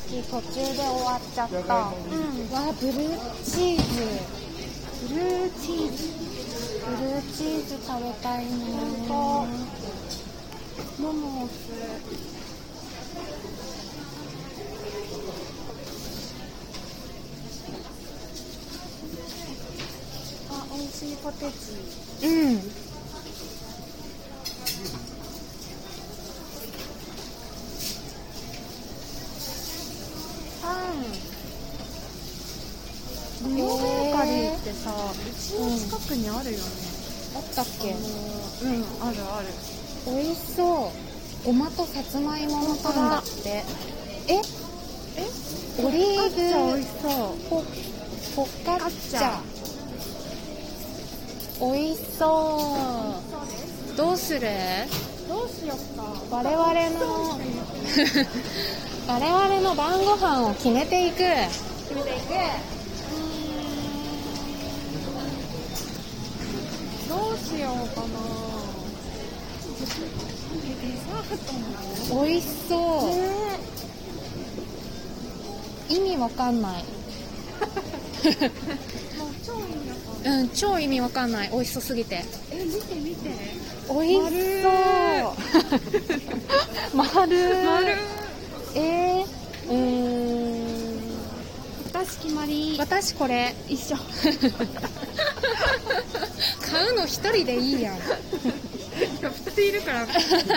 き途中で終わっちゃった。うん、わあ、ブルーチーズ食べたいね。 モモス。あ、美味しいポテチ。 うん。パン。 リオベーカリーってさ、うちの近くにあるよね。 あったっけ？ うん、あるある。 美味しそう。ごまとさつまいものパンだって。オリーブ美味しそう。 フォカッチャ。美味しそう。どうする？ どうしよっか。 我々の晩ご飯を決めていく。 どうしようかな。デザートも美味しそう。意味わかんない。うん、超意味わかんない。美味しそうすぎて。 見て。 美味しそう。丸。 私決まり。 私これ一緒。 買うの一人でいいやん。 いや、2人いるから。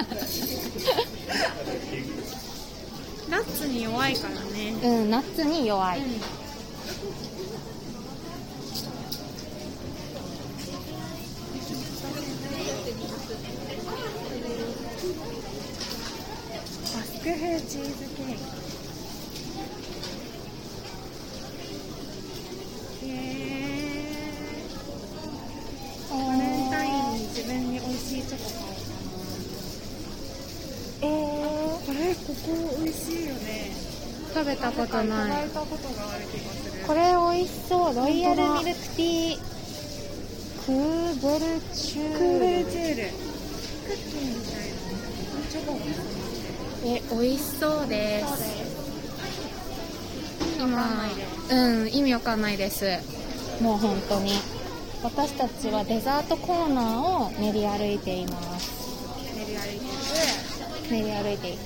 ナッツに弱いからね。 うん、ナッツに弱い。 バスク風チーズケーキ。バレンタインに自分に美味しいチョコ買おうかな。これここ美味しいよね。 食べたことない。 食べたことがある気がする。 これ美味しそう。ロイヤルミルクティークーベルチュール。 クッキーみたいなチョコが美味しそうです。意味わかんないです。もう本当に私たちはデザートコーナーを練り歩いています。練り歩いていく。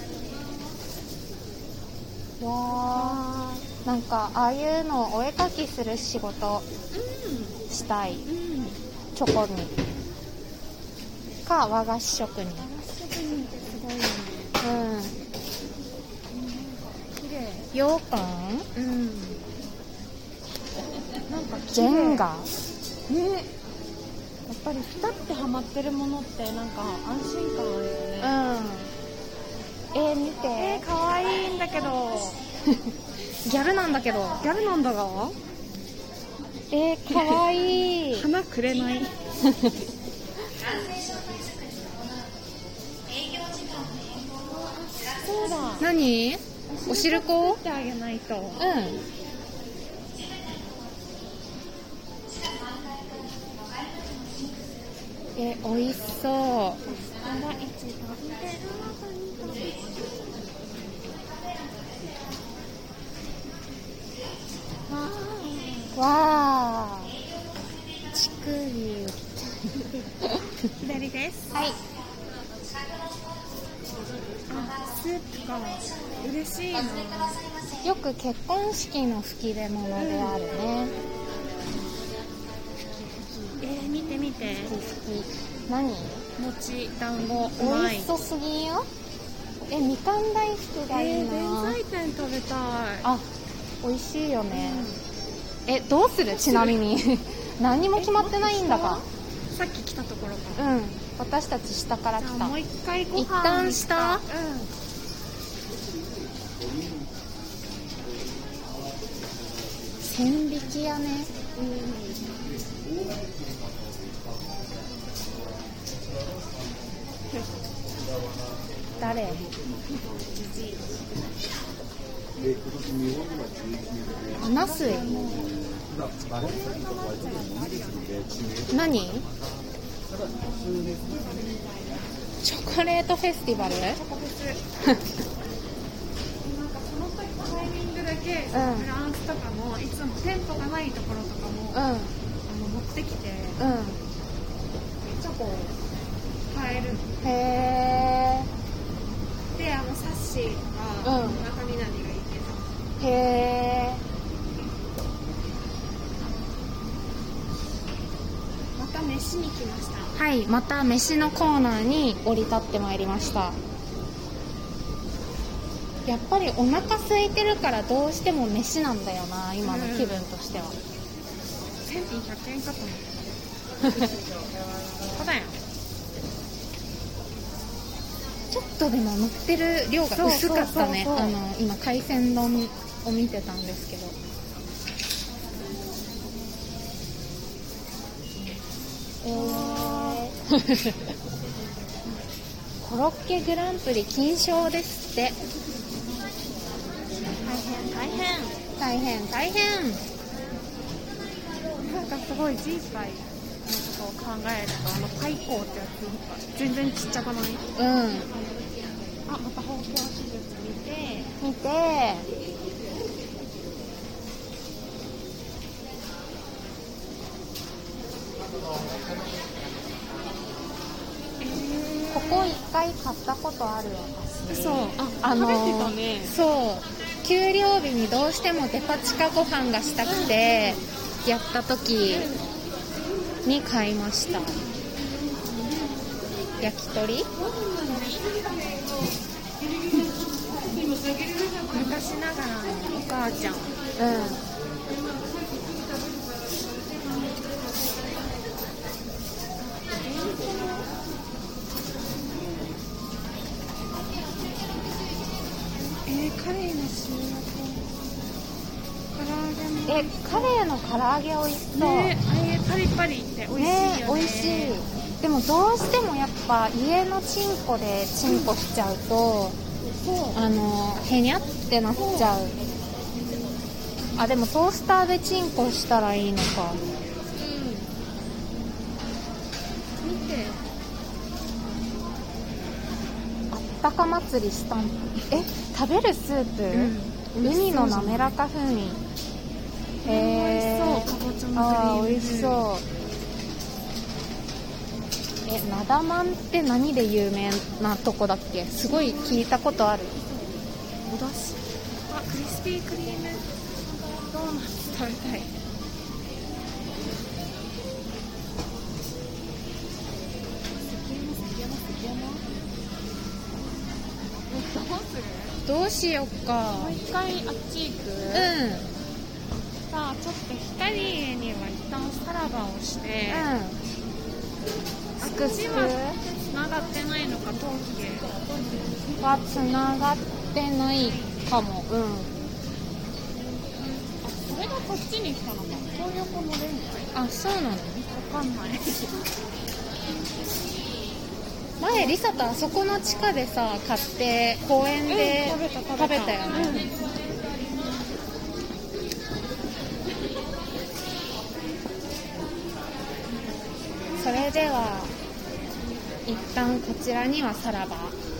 わー、なんかああいうのをお絵かきする仕事したい。チョコにか和菓子職人。 ってすごいよね。綺麗。 羊羹？ なんかジェンガ？ ね。やっぱりピタってハマってるものってなんか安心感あるよね。 見て。 可愛いんだけど。 ギャルなんだけど。 ギャルなんだが？ 可愛い。 花くれない。そうだ。 何？お汁粉？ 作ってあげないと。 美味しそう。わー、ちくり。 左です。 はい。 スープか。嬉しいな。 よく結婚式の吹き出物であるね。 見て。 何？ 餅、団子、 美味しそうすぎよ。みかん大福がいいな。 弁才天食べたい。 あ、美味しいよね。どうする？ちなみに何にも決まってないんだが。 さっき来たところか。 私たち下から来た。 もう一回ご飯。 一旦下？千匹屋ね。誰？ナスイ。何？チョコレートフェスティバル？ で、フランスとかもいつも店舗がないところとかも、持ってきて、めっちゃこう買えるの。 へで、サッシーとか、中南がいてー。へー。 また飯に来ました。 はい、また飯のコーナーに降り立ってまいりました。やっぱりお腹空いてるからどうしても飯なんだよな、今の気分としては。 1000品100円かと思った。そうだよ。 ちょっとでも乗ってる量が薄かったね。今海鮮丼を見てたんですけど。コロッケグランプリ金賞ですって。大変。 なんかすごい人生のことを考えると、太閤ってやつ全然ちっちゃくない？また包協手術見て。 ここ1回買ったことある私。 そう、食べてたね。 そう、給料日にどうしてもデパ地下ご飯がしたくてやった時に買いました。焼き鳥？ 昔ながらのお母ちゃん。カレーの塩カレーの唐揚げ美味しそう。 パリパリって美味しいよね。 美味しい。でもどうしてもやっぱ家のチンコでチンコしちゃうと、へにゃってなっちゃう。でもトースターでチンコしたらいいのか。 見て。 あったか祭りスタンプ。食べるスープ？ウニの滑らか風味。 美味しそう。かぼちゃの美味しそう。なだまんって何で有名なとこだっけ？すごい聞いたことある。 おだし。クリスピークリームドーナツ食べたい。 どうしよっか。 もう一回あっち行く？さあ、ちょっと光栄には一旦さらばをして、あっちは繋がってないのか、陶器は繋がってないかも。 それがこっちに来たのか。東横のレンガ。 そうなの？ わかんない。 前リサとあそこの地下でさ買って公園で食べたよね。それでは一旦こちらにはさらば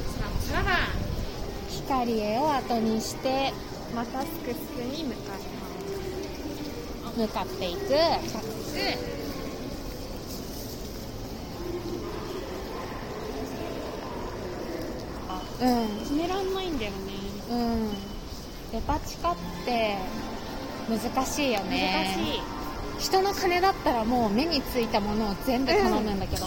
光栄を後にしてまたすくすくに向かっていく。 決めらんないんだよね。 デパ地下って難しいよね。 難しい。 人の金だったらもう目についたものを全部頼むんだけど、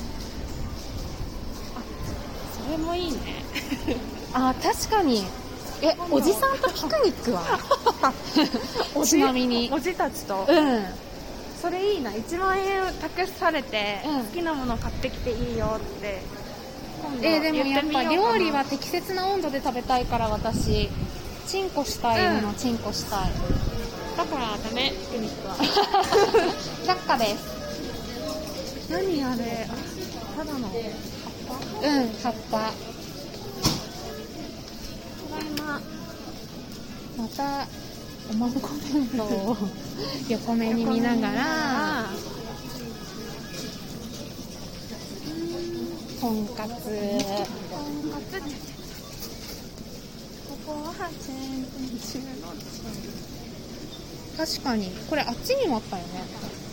それもいいね。 確かに。おじさんとピクニックはちなみにおじたちと、それいいな。1万円託されて、好きなもの買ってきていいよってでもやっぱ料理は適切な温度で食べたいから私チンコしたいもの、チンコしたい。 だからダメ、ピクニックは。 却下です。 何あれ？ただの葉っぱ？ 葉っぱ。またおまんこ弁当を横目に見ながらとんかつ。 ここはチェーン店中の確かにこれあっちにもあったよね。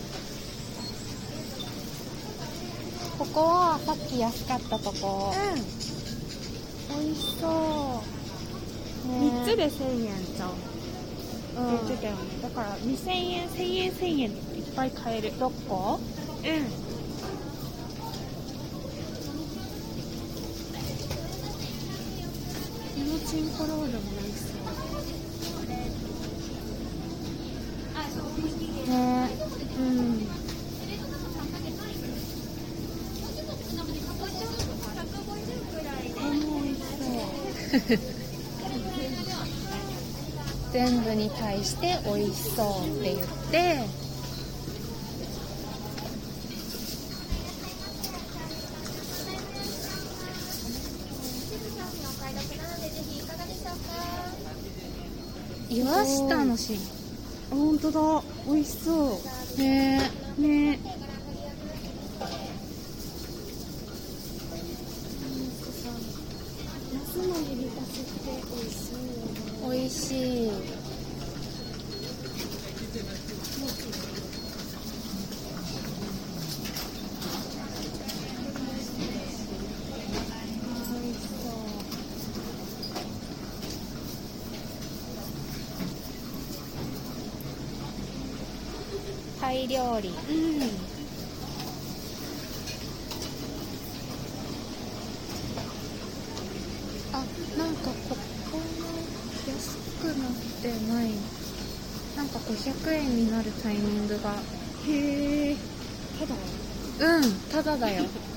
ここはさっき安かったとこ。 美味しそう、3つで1000円じゃん、言ってたよね。だから2000円1000円1000円でいっぱい買える。 6個。 芋チンコロールも美味しそうね。全部に対して美味しそうって言って、岩下のシーン。 あ、本当だ、美味しそうね。 ナスの煮浸しって美味しいよね。 美味しい。タイ料理。あ、なんかここも安くなってない。なんか500円になるタイミングが。 へえ、ただただだよ。